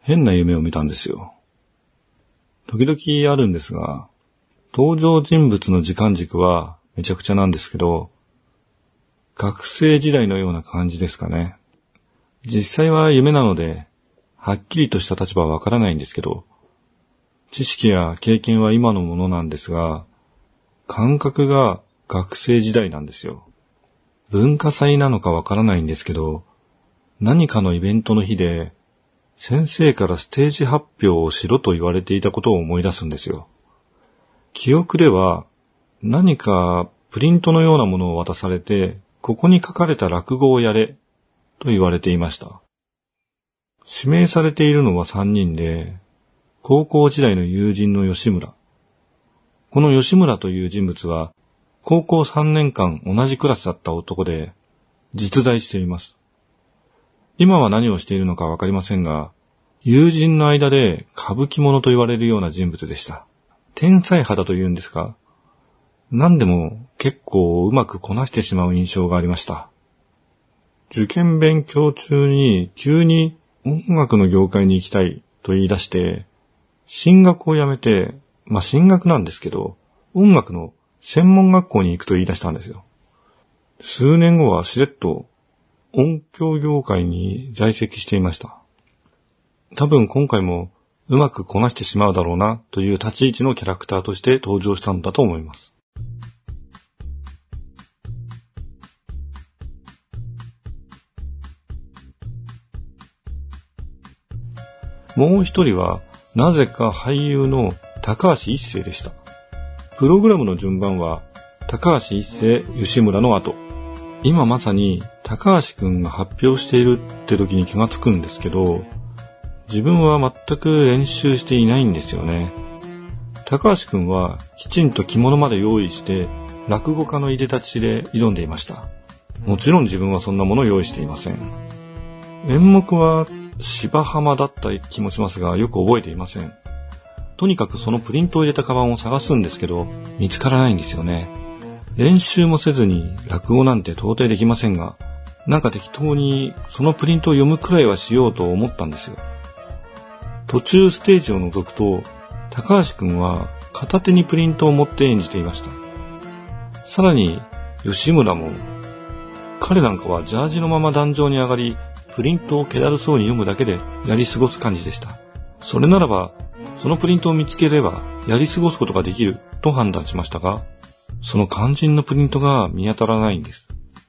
変な夢を見たんですよ。時々あるんですが、登場人物の時間軸はめちゃくちゃなんですけど、学生時代のような感じですかね。実際は夢なので、はっきりとした立場はわからないんですけど、知識や経験は今のものなんですが、感覚が学生時代なんですよ。文化祭なのかわからないんですけど、何かのイベントの日で、先生からステージ発表をしろと言われていたことを思い出すんですよ。記憶では、何かプリントのようなものを渡されて、ここに書かれた落語をやれ、と言われていました。指名されているのは3人で、高校時代の友人の吉村。この吉村という人物は、高校3年間同じクラスだった男で、実在しています。今は何をしているのかわかりませんが、友人の間で歌舞伎者と言われるような人物でした。天才肌というんですか？何でも結構うまくこなしてしまう印象がありました。受験勉強中に急に音楽の業界に行きたいと言い出して、進学をやめて、進学なんですけど、音楽の専門学校に行くと言い出したんですよ。数年後はしれっと音響業界に在籍していました。多分今回もうまくこなしてしまうだろうなという立ち位置のキャラクターとして登場したんだと思います。もう一人はなぜか俳優の高橋一生でした。プログラムの順番は高橋一生、吉村の後。今まさに高橋くんが発表しているって時に気がつくんですけど、自分は全く練習していないんですよね。高橋くんはきちんと着物まで用意して落語家の入れ立ちで挑んでいました。もちろん自分はそんなものを用意していません。演目は芝浜だった気もしますが、よく覚えていません。とにかくそのプリントを入れたカバンを探すんですけど、見つからないんですよね。練習もせずに落語なんて到底できませんが、なんか適当にそのプリントを読むくらいはしようと思ったんですよ。途中ステージを覗くと、高橋くんは片手にプリントを持って演じていました。さらに吉村も、彼なんかはジャージのまま壇上に上がり、プリントを気だるそうに読むだけでやり過ごす感じでした。それならば、そのプリントを見つければやり過ごすことができると判断しましたが、その肝心のプリントが見当たらないんです。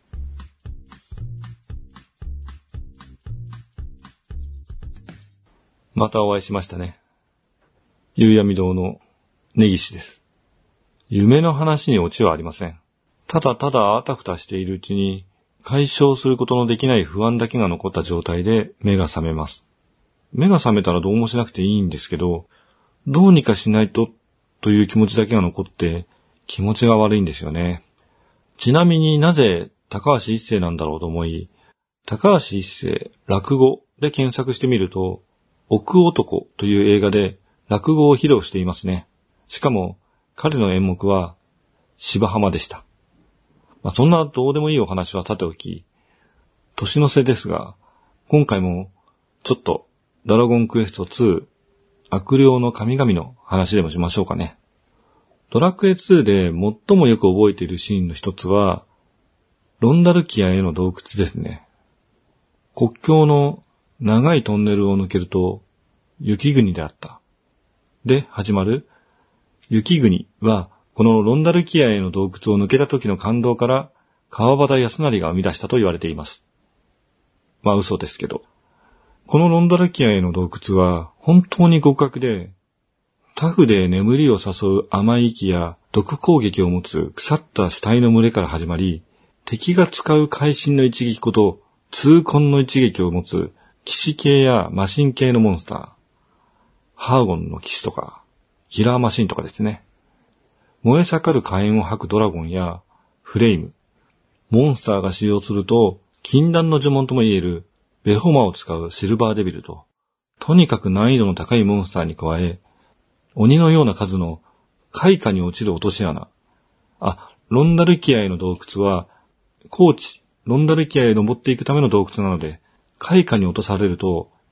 またお会いしましたね。夕闇堂の根岸です。夢の話にオチはありません。ただただあたふたしているうちに、解消することのできない不安だけが残った状態で目が覚めます。目が覚めたらどうもしなくていいんですけど、どうにかしないとという気持ちだけが残って気持ちが悪いんですよね。ちなみになぜ高橋一生なんだろうと思い、高橋一生落語で検索してみると、奥男という映画で落語を披露していますね。しかも彼の演目は芝浜でした。そんなどうでもいいお話はさておき、年の瀬ですが、今回もちょっとドラゴンクエスト2悪霊の神々の話でもしましょうかね。ドラクエ2で最もよく覚えているシーンの一つは、ロンダルキアへの洞窟ですね。国境の長いトンネルを抜けると、雪国であった。で始まる、雪国は、このロンダルキアへの洞窟を抜けた時の感動から、川端康成が生み出したと言われています。嘘ですけど。このロンダルキアへの洞窟は、本当に極悪で、タフで眠りを誘う甘い息や毒攻撃を持つ腐った死体の群れから始まり、敵が使う会心の一撃こと痛恨の一撃を持つ騎士系やマシン系のモンスター、ハーゴンの騎士とか、キラーマシンとかですね。燃え盛る火炎を吐くドラゴンやフレイム、モンスターが使用すると禁断の呪文とも言えるベホマを使うシルバーデビルと、とにかく難易度の高いモンスターに加え、鬼のような数の開花に落ちる落とし穴。ロンダルキアへの洞窟は、高地、ロンダルキアへ登っていくための洞窟なので、開花に落とされると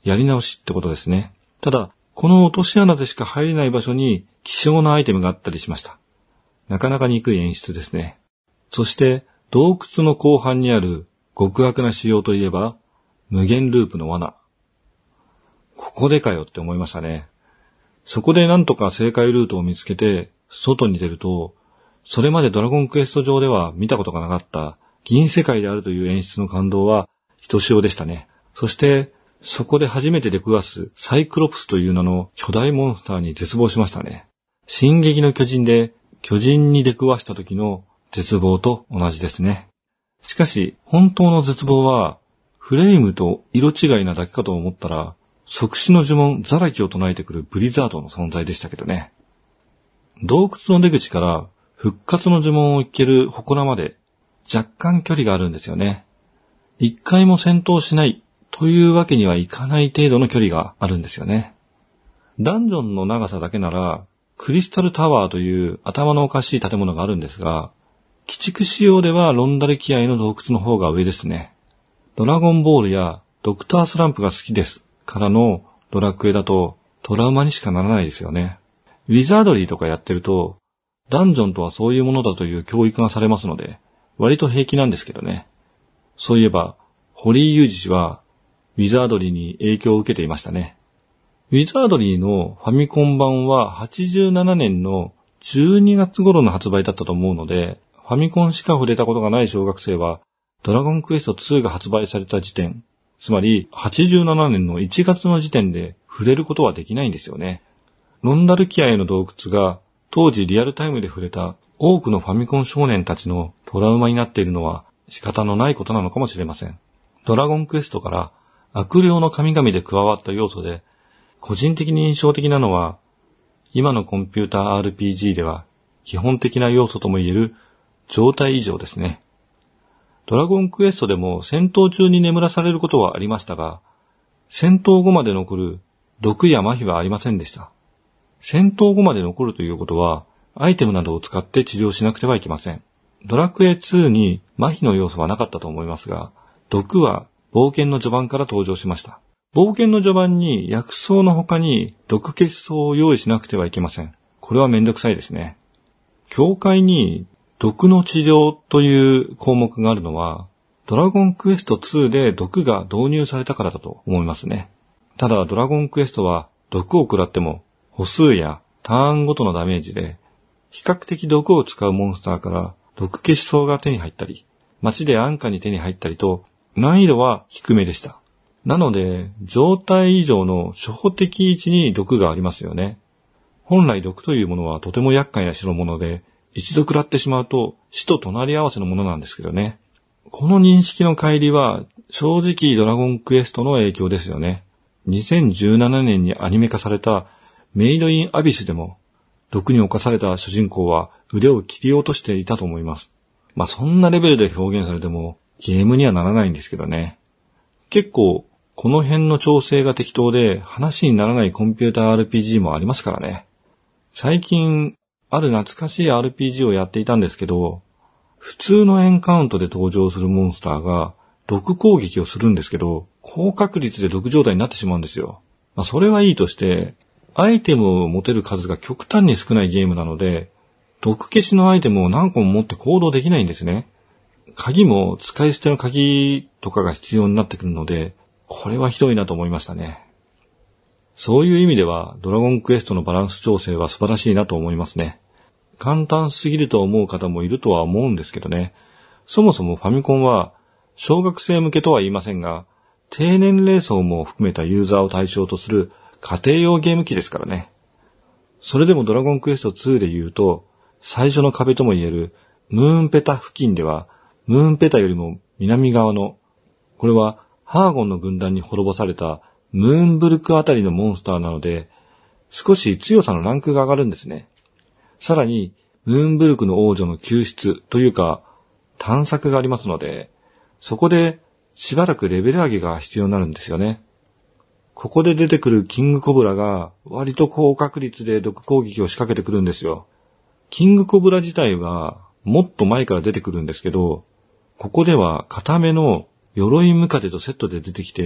やり直しってことですね。ただ、この落とし穴でしか入れない場所に希少なアイテムがあったりしました。なかなか憎い演出ですね。そして、洞窟の後半にある極悪な仕様といえば、無限ループの罠。ここでかよって思いましたね。そこでなんとか正解ルートを見つけて、外に出ると、それまでドラゴンクエスト上では見たことがなかった銀世界であるという演出の感動はひとしおでしたね。そして、そこで初めて出くわすサイクロプスという名の巨大モンスターに絶望しましたね。進撃の巨人で巨人に出くわした時の絶望と同じですね。しかし、本当の絶望は、フレームと色違いなだけかと思ったら、即死の呪文ザラキを唱えてくるブリザードの存在でしたけどね。洞窟の出口から復活の呪文を聞ける祠まで若干距離があるんですよね。一回も戦闘しないというわけにはいかない程度の距離があるんですよね。ダンジョンの長さだけなら、クリスタルタワーという頭のおかしい建物があるんですが、鬼畜仕様ではロンダルキアイの洞窟の方が上ですね。ドラゴンボールやドクタースランプが好きですからのドラクエだとトラウマにしかならないですよね。ウィザードリーとかやってると、ダンジョンとはそういうものだという教育がされますので、割と平気なんですけどね。そういえば、堀井雄二氏はウィザードリーに影響を受けていましたね。ウィザードリーのファミコン版は87年の12月頃の発売だったと思うので、ファミコンしか触れたことがない小学生は、ドラゴンクエスト2が発売された時点、つまり87年の1月の時点で触れることはできないんですよね。ロンダルキアへの洞窟が当時リアルタイムで触れた多くのファミコン少年たちのトラウマになっているのは仕方のないことなのかもしれません。ドラゴンクエストから悪霊の神々で加わった要素で、個人的に印象的なのは、今のコンピューター RPG では基本的な要素とも言える状態異常ですね。ドラゴンクエストでも戦闘中に眠らされることはありましたが、戦闘後まで残る毒や麻痺はありませんでした。戦闘後まで残るということは、アイテムなどを使って治療しなくてはいけません。ドラクエ2に麻痺の要素はなかったと思いますが、毒は冒険の序盤から登場しました。冒険の序盤に薬草の他に毒消し草を用意しなくてはいけません。これはめんどくさいですね。教会に毒の治療という項目があるのは、ドラゴンクエスト2で毒が導入されたからだと思いますね。ただドラゴンクエストは毒を食らっても歩数やターンごとのダメージで、比較的毒を使うモンスターから毒消し草が手に入ったり、街で安価に手に入ったりと難易度は低めでした。なので、状態以上の初歩的位置に毒がありますよね。本来毒というものはとても厄介な代物で、一度食らってしまうと死と隣り合わせのものなんですけどね。この認識の乖離は正直ドラゴンクエストの影響ですよね。2017年にアニメ化されたメイドインアビスでも毒に侵された主人公は腕を切り落としていたと思います。そんなレベルで表現されてもゲームにはならないんですけどね。結構この辺の調整が適当で話にならないコンピューター RPG もありますからね。最近ある懐かしい RPG をやっていたんですけど、普通のエンカウントで登場するモンスターが毒攻撃をするんですけど、高確率で毒状態になってしまうんですよ。それはいいとして、アイテムを持てる数が極端に少ないゲームなので、毒消しのアイテムを何個も持って行動できないんですね。鍵も使い捨ての鍵とかが必要になってくるので、これはひどいなと思いましたね。そういう意味では、ドラゴンクエストのバランス調整は素晴らしいなと思いますね。簡単すぎると思う方もいるとは思うんですけどね。そもそもファミコンは、小学生向けとは言いませんが、低年齢層も含めたユーザーを対象とする家庭用ゲーム機ですからね。それでもドラゴンクエスト2で言うと、最初の壁とも言えるムーンペタ付近では、ムーンペタよりも南側の、これはハーゴンの軍団に滅ぼされたムーンブルクあたりのモンスターなので、少し強さのランクが上がるんですね。さらに、ムーンブルクの王女の救出というか、探索がありますので、そこでしばらくレベル上げが必要になるんですよね。ここで出てくるキングコブラが割と高確率で毒攻撃を仕掛けてくるんですよ。キングコブラ自体はもっと前から出てくるんですけど、ここでは固めの鎧ムカデとセットで出てきて、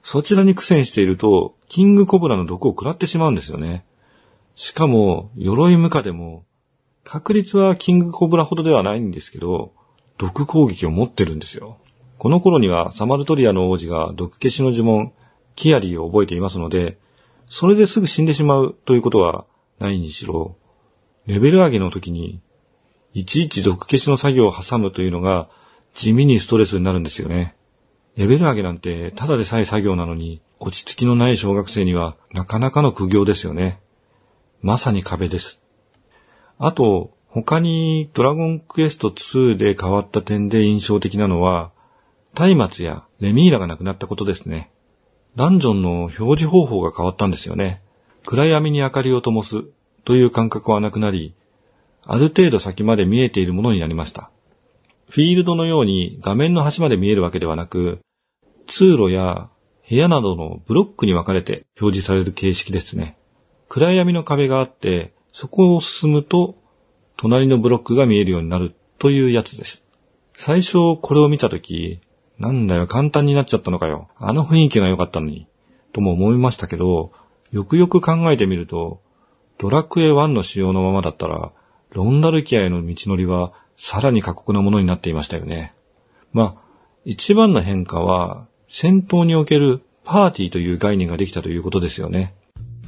そちらに苦戦していると、キングコブラの毒を食らってしまうんですよね。しかも、鎧無価でも、確率はキングコブラほどではないんですけど、毒攻撃を持ってるんですよ。この頃にはサマルトリアの王子が毒消しの呪文、キアリーを覚えていますので、それですぐ死んでしまうということはないにしろ、レベル上げの時に、いちいち毒消しの作業を挟むというのが地味にストレスになるんですよね。レベル上げなんてただでさえ作業なのに、落ち着きのない小学生にはなかなかの苦行ですよね。まさに壁です。あと、他にドラゴンクエスト2で変わった点で印象的なのは、松明やレミーラがなくなったことですね。ダンジョンの表示方法が変わったんですよね。暗闇に明かりを灯すという感覚はなくなり、ある程度先まで見えているものになりました。フィールドのように画面の端まで見えるわけではなく、通路や部屋などのブロックに分かれて表示される形式ですね。暗闇の壁があって、そこを進むと、隣のブロックが見えるようになるというやつです。最初これを見たとき、なんだよ簡単になっちゃったのかよ。あの雰囲気が良かったのに。とも思いましたけど、よくよく考えてみると、ドラクエ1の仕様のままだったら、ロンダルキアへの道のりはさらに過酷なものになっていましたよね。一番の変化は、戦闘におけるパーティーという概念ができたということですよね。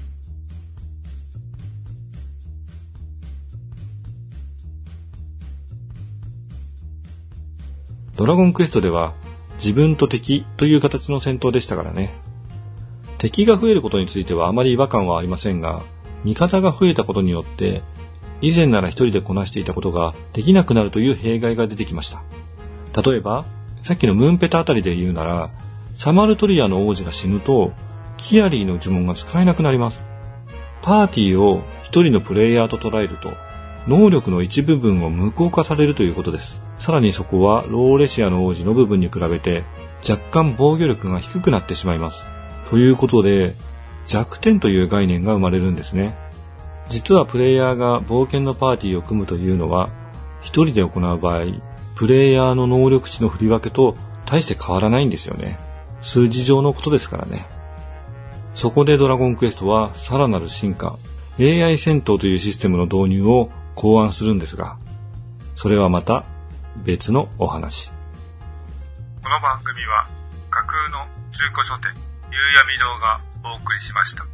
ドラゴンクエストでは自分と敵という形の戦闘でしたからね。敵が増えることについてはあまり違和感はありませんが、味方が増えたことによって以前なら一人でこなしていたことができなくなるという弊害が出てきました。例えば、さっきのムーンペタあたりで言うなら、サマルトリアの王子が死ぬとキアリーの呪文が使えなくなります。パーティーを一人のプレイヤーと捉えると、能力の一部分を無効化されるということです。さらにそこはローレシアの王子の部分に比べて若干防御力が低くなってしまいます。ということで弱点という概念が生まれるんですね。実はプレイヤーが冒険のパーティーを組むというのは一人で行う場合、プレイヤーの能力値の振り分けと大して変わらないんですよね。数字上のことですからね。そこでドラゴンクエストはさらなる進化、AI 戦闘というシステムの導入を考案するんですが、それはまた別のお話。 この番組は架空の中古書店夕闇堂がお送りしました。